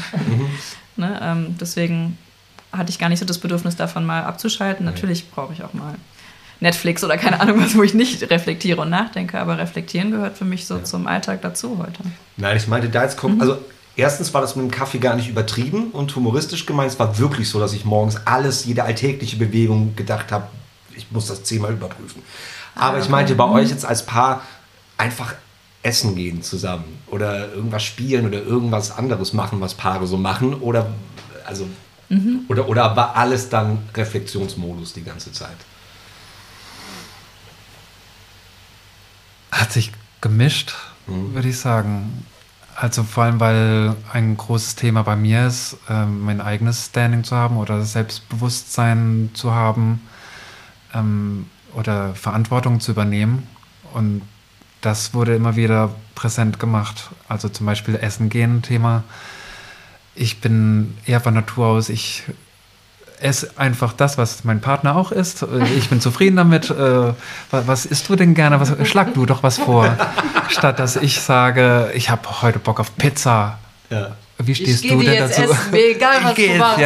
C: Ne? Deswegen hatte ich gar nicht so das Bedürfnis, davon mal abzuschalten. Natürlich brauche ich auch mal Netflix oder keine Ahnung was, wo ich nicht reflektiere und nachdenke, aber reflektieren gehört für mich so zum Alltag dazu heute.
A: Nein, ich meinte da jetzt, also erstens war das mit dem Kaffee gar nicht übertrieben und humoristisch gemeint. Es war wirklich so, dass ich morgens jede alltägliche Bewegung gedacht habe, ich muss das 10-mal überprüfen. Aber ich meinte bei euch jetzt als Paar einfach essen gehen zusammen oder irgendwas spielen oder irgendwas anderes machen, was Paare so machen oder oder war alles dann Reflexionsmodus die ganze Zeit?
B: Hat sich gemischt, würde ich sagen. Also vor allem, weil ein großes Thema bei mir ist, mein eigenes Standing zu haben oder Selbstbewusstsein zu haben oder Verantwortung zu übernehmen. Und das wurde immer wieder präsent gemacht. Also zum Beispiel Essen gehen Thema. Ich bin eher von Natur aus, ich esse einfach das, was mein Partner auch isst. Ich bin zufrieden damit. Was isst du denn gerne? Schlag du doch was vor. Statt dass ich sage, ich habe heute Bock auf Pizza. Ja. Wie stehst du denn dazu?
D: Essen, mir egal, was du machst.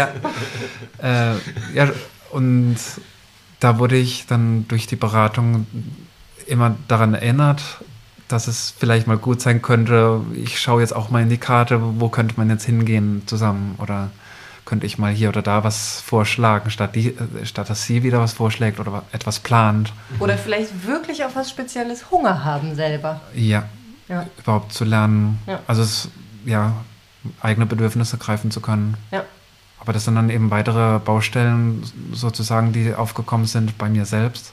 B: Ja, und da wurde ich dann durch die Beratung immer daran erinnert, dass es vielleicht mal gut sein könnte, ich schaue jetzt auch mal in die Karte, wo könnte man jetzt hingehen zusammen oder könnte ich mal hier oder da was vorschlagen, statt dass sie wieder was vorschlägt oder etwas plant.
D: Oder vielleicht wirklich auf was Spezielles Hunger haben selber.
B: Ja. Überhaupt zu lernen, also eigene Bedürfnisse greifen zu können. Ja. Aber das sind dann eben weitere Baustellen sozusagen, die aufgekommen sind bei mir selbst,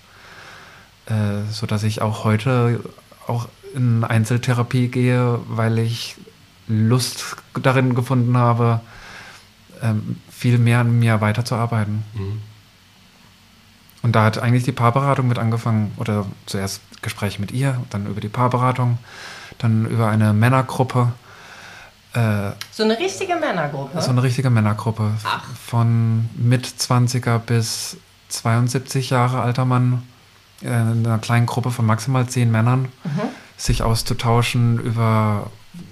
B: sodass ich auch heute auch in Einzeltherapie gehe, weil ich Lust darin gefunden habe, viel mehr an mir weiterzuarbeiten. Mhm. Und da hat eigentlich die Paarberatung mit angefangen, oder zuerst Gespräche mit ihr, dann über die Paarberatung, dann über eine Männergruppe.
D: So eine richtige Männergruppe?
B: So eine richtige Männergruppe. Ach. Von Mit-20er bis 72 Jahre alter Mann, in einer kleinen Gruppe von maximal 10 Männern, sich auszutauschen über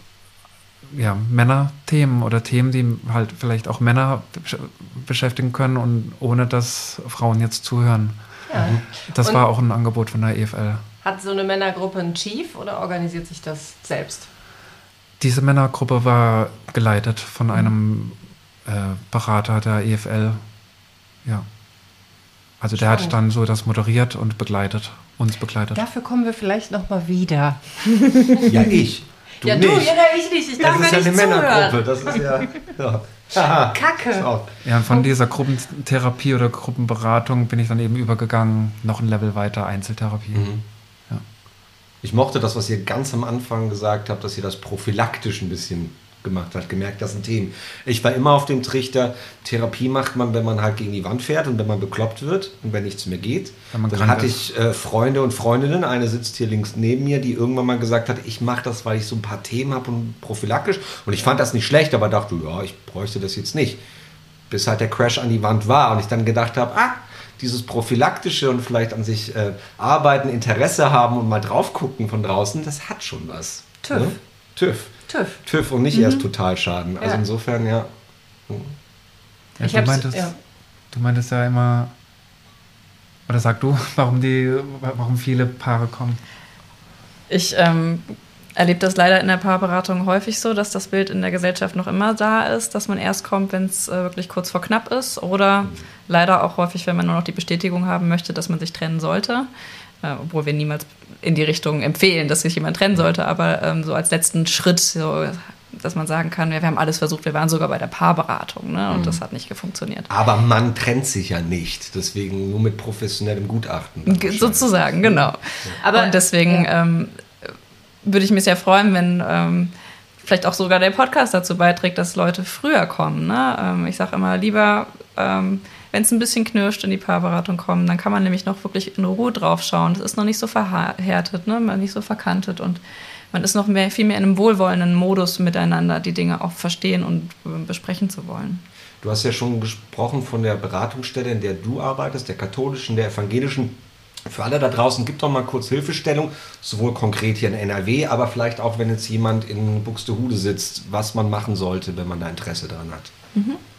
B: Männerthemen oder Themen, die halt vielleicht auch Männer beschäftigen können und ohne dass Frauen jetzt zuhören. Ja. Das war auch ein Angebot von der EFL.
D: Hat so eine Männergruppe einen Chief oder organisiert sich das selbst?
B: Diese Männergruppe war geleitet von einem Berater der EFL. Ja. Also der hat dann so das moderiert und uns begleitet.
D: Dafür kommen wir vielleicht nochmal wieder.
A: Ja, ich. Du
D: nicht. Ich nicht. Ich darf
A: das ist ja eine Männergruppe. Das ist ja.
D: Kacke.
B: Ja, und von dieser Gruppentherapie oder Gruppenberatung bin ich dann eben übergegangen, noch ein Level weiter, Einzeltherapie. Mhm. Ja.
A: Ich mochte das, was ihr ganz am Anfang gesagt habt, dass ihr das prophylaktisch ein bisschen gemacht habt, gemerkt, das sind Themen. Ich war immer auf dem Trichter, Therapie macht man, wenn man halt gegen die Wand fährt und wenn man bekloppt wird und wenn nichts mehr geht. Dann hatte ich Freunde und Freundinnen, eine sitzt hier links neben mir, die irgendwann mal gesagt hat, ich mache das, weil ich so ein paar Themen habe und prophylaktisch. Und ich fand das nicht schlecht, aber dachte, ja, ich bräuchte das jetzt nicht. Bis halt der Crash an die Wand war und ich dann gedacht habe, dieses prophylaktische und vielleicht an sich arbeiten, Interesse haben und mal drauf gucken von draußen, das hat schon was.
D: TÜV.
A: Ne? TÜV und nicht erst Totalschaden. Also insofern,
B: ja du meintest ja immer, oder sag du, warum viele Paare kommen?
C: Ich erlebe das leider in der Paarberatung häufig so, dass das Bild in der Gesellschaft noch immer da ist, dass man erst kommt, wenn es wirklich kurz vor knapp ist oder leider auch häufig, wenn man nur noch die Bestätigung haben möchte, dass man sich trennen sollte. Obwohl wir niemals in die Richtung empfehlen, dass sich jemand trennen sollte, aber so als letzten Schritt, so, dass man sagen kann, wir haben alles versucht, wir waren sogar bei der Paarberatung, ne, und das hat nicht funktioniert.
A: Aber man trennt sich ja nicht, deswegen nur mit professionellem Gutachten.
C: Sozusagen, genau. Aber, und deswegen würde ich mich sehr freuen, wenn vielleicht auch sogar der Podcast dazu beiträgt, dass Leute früher kommen. Ne? Ich sage immer lieber, wenn es ein bisschen knirscht, in die Paarberatung kommen, dann kann man nämlich noch wirklich in Ruhe drauf schauen. Das ist noch nicht so verhärtet, ne? Nicht so verkantet und man ist noch viel mehr in einem wohlwollenden Modus miteinander, die Dinge auch verstehen und besprechen zu wollen.
A: Du hast ja schon gesprochen von der Beratungsstelle, in der du arbeitest, der katholischen, der evangelischen. Für alle da draußen, gibt doch mal kurz Hilfestellung, sowohl konkret hier in NRW, aber vielleicht auch, wenn jetzt jemand in Buxtehude sitzt, was man machen sollte, wenn man da Interesse dran hat.
C: Mhm.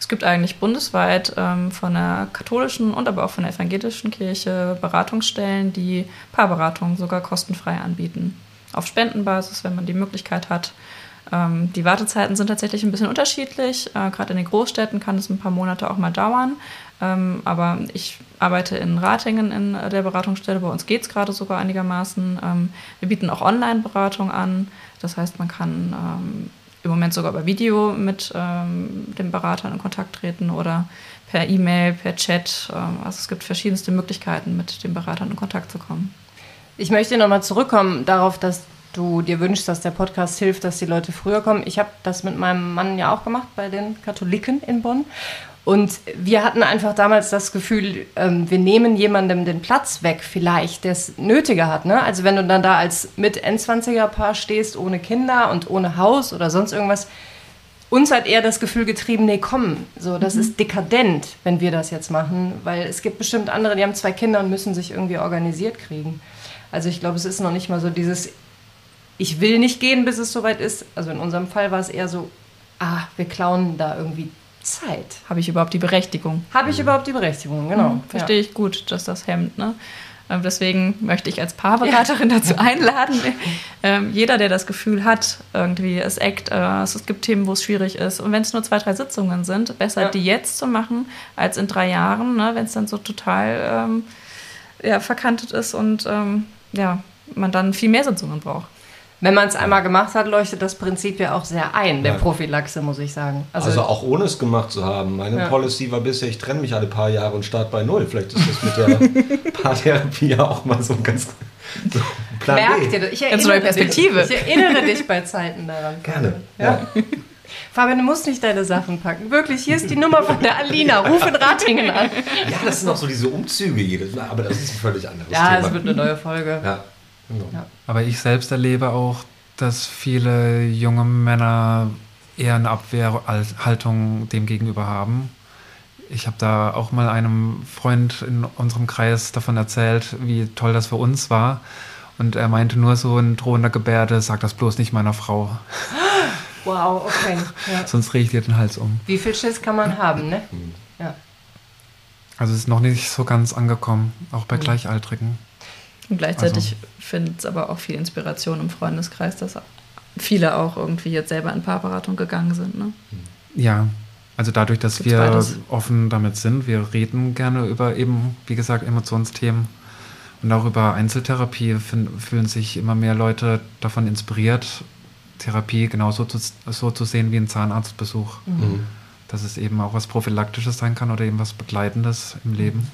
C: Es gibt eigentlich bundesweit von der katholischen und aber auch von der evangelischen Kirche Beratungsstellen, die Paarberatungen sogar kostenfrei anbieten. Auf Spendenbasis, wenn man die Möglichkeit hat. Die Wartezeiten sind tatsächlich ein bisschen unterschiedlich. Gerade in den Großstädten kann es ein paar Monate auch mal dauern. Aber ich arbeite in Ratingen in der Beratungsstelle. Bei uns geht es gerade sogar einigermaßen. Wir bieten auch Online-Beratung an. Das heißt, man kann im Moment sogar über Video mit den Beratern in Kontakt treten oder per E-Mail, per Chat. Also es gibt verschiedenste Möglichkeiten, mit den Beratern in Kontakt zu kommen.
D: Ich möchte nochmal zurückkommen darauf, dass du dir wünschst, dass der Podcast hilft, dass die Leute früher kommen. Ich habe das mit meinem Mann ja auch gemacht bei den Katholiken in Bonn. Und wir hatten einfach damals das Gefühl, wir nehmen jemandem den Platz weg vielleicht, der es nötiger hat. Ne? Also wenn du dann da als Mit-End-20er-Paar stehst, ohne Kinder und ohne Haus oder sonst irgendwas, uns hat eher das Gefühl getrieben, nee, komm, so, das ist dekadent, wenn wir das jetzt machen. Weil es gibt bestimmt andere, die haben 2 Kinder und müssen sich irgendwie organisiert kriegen. Also ich glaube, es ist noch nicht mal so dieses, ich will nicht gehen, bis es soweit ist. Also in unserem Fall war es eher so, wir klauen da irgendwie Zeit.
C: Habe ich überhaupt die Berechtigung?
D: Habe ich überhaupt die Berechtigung, genau.
C: Verstehe ich gut, dass das hemmt. Ne? Deswegen möchte ich als Paarberaterin dazu einladen, jeder, der das Gefühl hat, irgendwie es eckt, es gibt Themen, wo es schwierig ist. Und wenn es nur 2, 3 Sitzungen sind, besser die jetzt zu machen, als in 3 Jahren, ne? Wenn es dann so total verkantet ist und man dann viel mehr Sitzungen braucht.
D: Wenn man es einmal gemacht hat, leuchtet das Prinzip ja auch sehr ein, der Prophylaxe, muss ich sagen.
A: Also auch ohne es gemacht zu haben. Meine Policy war bisher, ich trenne mich alle paar Jahre und starte bei 0. Vielleicht ist das mit der Paartherapie ja auch mal so ein ganz
D: Plan Merkt B. Ihr,
C: ganz neue Perspektive.
D: Ich erinnere dich bei Zeiten daran.
A: Gerne.
D: Ja. Fabian, du musst nicht deine Sachen packen. Wirklich, hier ist die Nummer von der Alina. Ruf in Ratingen an.
A: Ja, das sind auch so diese Umzüge jedes Mal, aber das ist ein völlig anderes Thema.
D: Ja, es wird eine neue Folge.
A: Ja. Genau.
B: Ja. Aber ich selbst erlebe auch, dass viele junge Männer eher eine Abwehrhaltung dem gegenüber haben. Ich habe da auch mal einem Freund in unserem Kreis davon erzählt, wie toll das für uns war. Und er meinte nur so in drohender Gebärde, sag das bloß nicht meiner Frau.
D: Wow, okay. Ja.
B: Sonst drehe ich dir den Hals um.
D: Wie viel Schiss kann man haben, ne? Ja.
B: Also es ist noch nicht so ganz angekommen, auch bei Gleichaltrigen.
C: Und gleichzeitig findet es aber auch viel Inspiration im Freundeskreis, dass viele auch irgendwie jetzt selber in Paarberatung gegangen sind. Ne?
B: Ja, also dadurch, dass
C: Gibt's
B: wir
C: beides?
B: offen damit sind, wir reden gerne über eben, wie gesagt, Emotionsthemen und auch über Einzeltherapie fühlen sich immer mehr Leute davon inspiriert, Therapie genauso so zu sehen wie ein Zahnarztbesuch.
A: Mhm.
B: Dass es eben auch was Prophylaktisches sein kann oder eben was Begleitendes im Leben.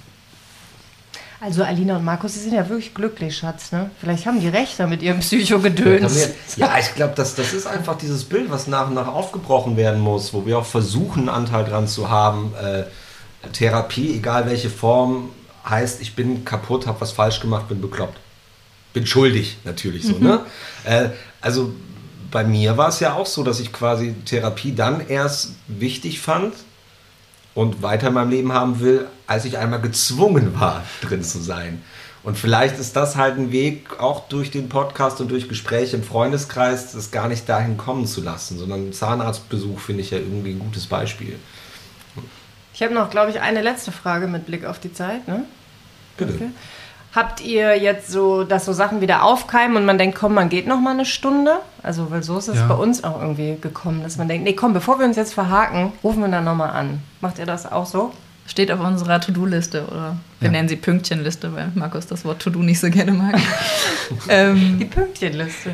D: Also Alina und Markus, Sie sind ja wirklich glücklich, Schatz, ne? Vielleicht haben die recht mit ihrem Psychogedöns.
A: Ja, ich glaube, das ist einfach dieses Bild, was nach und nach aufgebrochen werden muss, wo wir auch versuchen, Anteil dran zu haben. Therapie, egal welche Form, heißt, ich bin kaputt, habe was falsch gemacht, bin bekloppt. Bin schuldig, natürlich so, ne? Also bei mir war es ja auch so, dass ich quasi Therapie dann erst wichtig fand und weiter in meinem Leben haben will, als ich einmal gezwungen war, drin zu sein. Und vielleicht ist das halt ein Weg, auch durch den Podcast und durch Gespräche im Freundeskreis, das gar nicht dahin kommen zu lassen, sondern einen Zahnarztbesuch finde ich ja irgendwie ein gutes Beispiel.
D: Ich habe noch, glaube ich, eine letzte Frage mit Blick auf die Zeit, ne?
A: Bitte.
D: Okay. Habt ihr jetzt so, dass so Sachen wieder aufkeimen und man denkt, komm, man geht noch mal eine Stunde? Also, weil so ist es bei uns auch irgendwie gekommen, dass man denkt, nee, komm, bevor wir uns jetzt verhaken, rufen wir dann noch mal an. Macht ihr das auch so?
C: Steht auf unserer To-Do-Liste oder wir nennen sie Pünktchenliste, weil Markus das Wort To-Do nicht so gerne mag.
D: Die Pünktchenliste.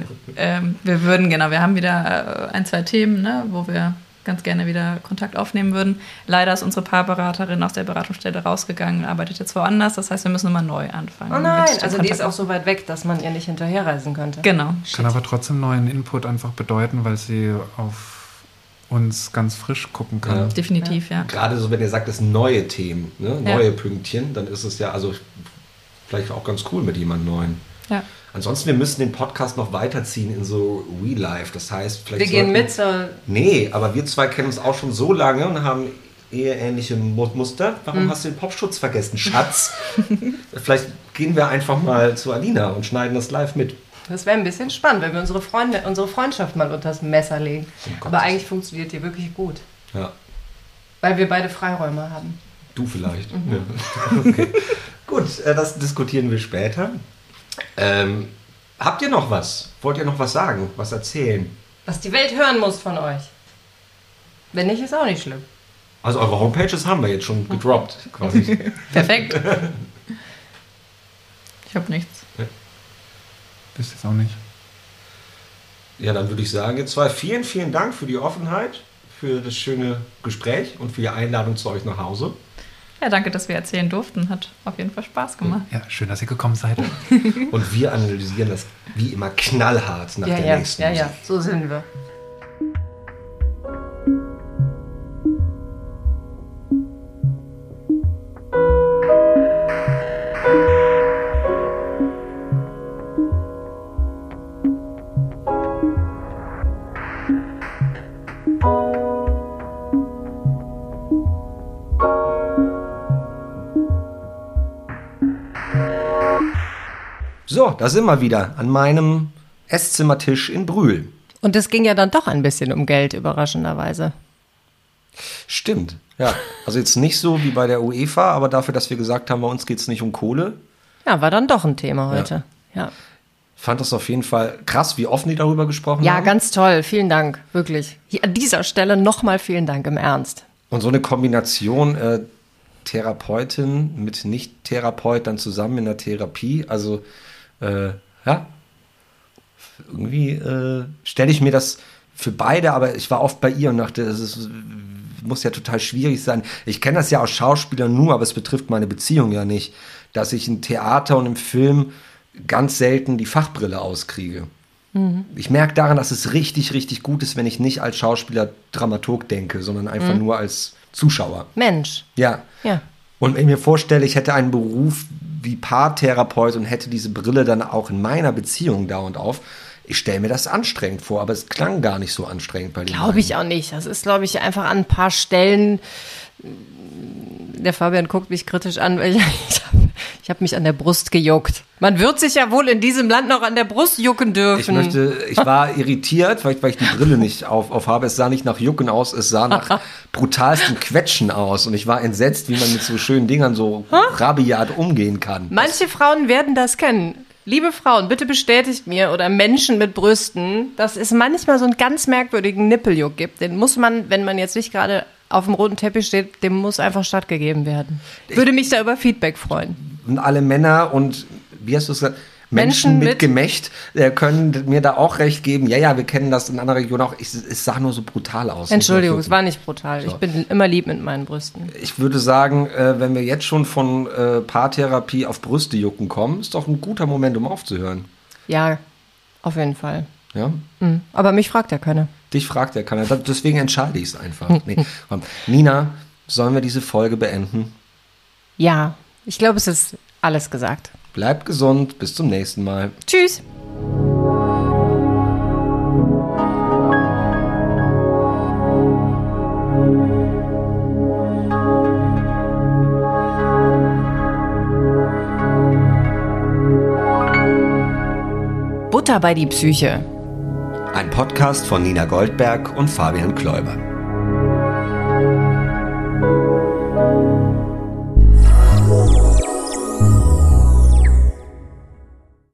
C: Wir haben wieder 1, 2 Themen, ne, wo wir ganz gerne wieder Kontakt aufnehmen würden. Leider ist unsere Paarberaterin aus der Beratungsstelle rausgegangen und arbeitet jetzt woanders. Das heißt, wir müssen nochmal neu anfangen.
D: Oh nein, also die ist auch so weit weg, dass man ihr nicht hinterherreisen könnte.
C: Genau.
B: Kann aber trotzdem neuen Input einfach bedeuten, weil sie auf uns ganz frisch gucken kann.
A: Ja.
C: Definitiv, ja.
A: Gerade so, wenn ihr sagt, es sind neue Themen, ne? Neue Pünktchen, dann ist es ja also vielleicht auch ganz cool mit jemand Neuen.
C: Ja.
A: Ansonsten, wir müssen den Podcast noch weiterziehen in so Real Life. Das heißt, vielleicht
D: wir gehen mit zur...
A: Nee, aber wir zwei kennen uns auch schon so lange und haben eheähnliche Muster. Warum hast du den Popschutz vergessen, Schatz? Vielleicht gehen wir einfach mal zu Alina und schneiden das live mit.
D: Das wäre ein bisschen spannend, wenn wir unsere Freundschaft mal unter das Messer legen. Aber eigentlich funktioniert die wirklich gut.
A: Ja.
D: Weil wir beide Freiräume haben.
A: Du vielleicht. Ja. Okay. Gut, das diskutieren wir später. Habt ihr noch was? Wollt ihr noch was sagen? Was erzählen?
D: Was die Welt hören muss von euch. Wenn nicht, ist auch nicht schlimm.
A: Also eure Homepages haben wir jetzt schon gedroppt, quasi.
C: Perfekt. Ich habe nichts.
B: Ja. Das ist auch nicht.
A: Ja, dann würde ich sagen, ihr zwei, vielen, vielen Dank für die Offenheit, für das schöne Gespräch und für die Einladung zu euch nach Hause.
C: Ja, danke, dass wir erzählen durften. Hat auf jeden Fall Spaß gemacht.
B: Ja, schön, dass ihr gekommen seid.
A: Und wir analysieren das wie immer knallhart nach der nächsten Musik.
D: Ja, so sind wir.
A: So, da sind wir wieder an meinem Esszimmertisch in Brühl.
D: Und es ging ja dann doch ein bisschen um Geld, überraschenderweise.
A: Stimmt, ja. Also jetzt nicht so wie bei der UEFA, aber dafür, dass wir gesagt haben, bei uns geht es nicht um Kohle.
D: Ja, war dann doch ein Thema heute. Ja.
A: Fand das auf jeden Fall krass, wie offen die darüber gesprochen haben.
D: Ja, ganz toll. Vielen Dank, wirklich. Hier an dieser Stelle nochmal vielen Dank, im Ernst.
A: Und so eine Kombination Therapeutin mit Nicht-Therapeut dann zusammen in der Therapie, also ja, irgendwie stelle ich mir das für beide, aber ich war oft bei ihr und dachte, es muss ja total schwierig sein. Ich kenne das ja aus Schauspielern nur, aber es betrifft meine Beziehung ja nicht, dass ich im Theater und im Film ganz selten die Fachbrille auskriege. Mhm. Ich merke daran, dass es richtig, richtig gut ist, wenn ich nicht als Schauspieler Dramaturg denke, sondern einfach nur als Zuschauer.
D: Mensch.
A: Ja. Und wenn ich mir vorstelle, ich hätte einen Beruf wie Paartherapeut und hätte diese Brille dann auch in meiner Beziehung dauernd auf, ich stelle mir das anstrengend vor, aber es klang gar nicht so anstrengend bei den
D: Glaube ich auch nicht. Das ist, glaube ich, einfach an ein paar Stellen. Der Fabian guckt mich kritisch an, weil ich habe mich an der Brust gejuckt. Man wird sich ja wohl in diesem Land noch an der Brust jucken dürfen.
A: Ich war irritiert, weil ich die Brille nicht auf habe. Es sah nicht nach Jucken aus, es sah nach brutalstem Quetschen aus. Und ich war entsetzt, wie man mit so schönen Dingern so rabiat umgehen kann.
D: Manche Frauen werden das kennen. Liebe Frauen, bitte bestätigt mir, oder Menschen mit Brüsten, dass es manchmal so einen ganz merkwürdigen Nippeljuck gibt. Den muss man, wenn man jetzt nicht gerade auf dem roten Teppich steht, dem muss einfach stattgegeben werden. Ich würde mich da über Feedback freuen.
A: Und alle Männer und, wie hast du es gesagt, Menschen mit Gemächt können mir da auch recht geben. Ja, wir kennen das in anderen Regionen auch. Es sah nur so brutal aus.
D: Entschuldigung, es war nicht brutal. So. Ich bin immer lieb mit meinen Brüsten.
A: Ich würde sagen, wenn wir jetzt schon von Paartherapie auf Brüste jucken kommen, ist doch ein guter Moment, um aufzuhören.
D: Ja, auf jeden Fall.
A: Ja?
D: Mhm. Aber mich fragt ja keiner.
A: Dich fragt ja keiner. Deswegen entscheide ich es einfach. Nee, komm. Nina, sollen wir diese Folge beenden?
D: Ja, ich glaube, es ist alles gesagt.
A: Bleibt gesund, bis zum nächsten Mal.
D: Tschüss. Butter bei die Psyche.
A: Ein Podcast von Nina Goldberg und Fabian Kläuber.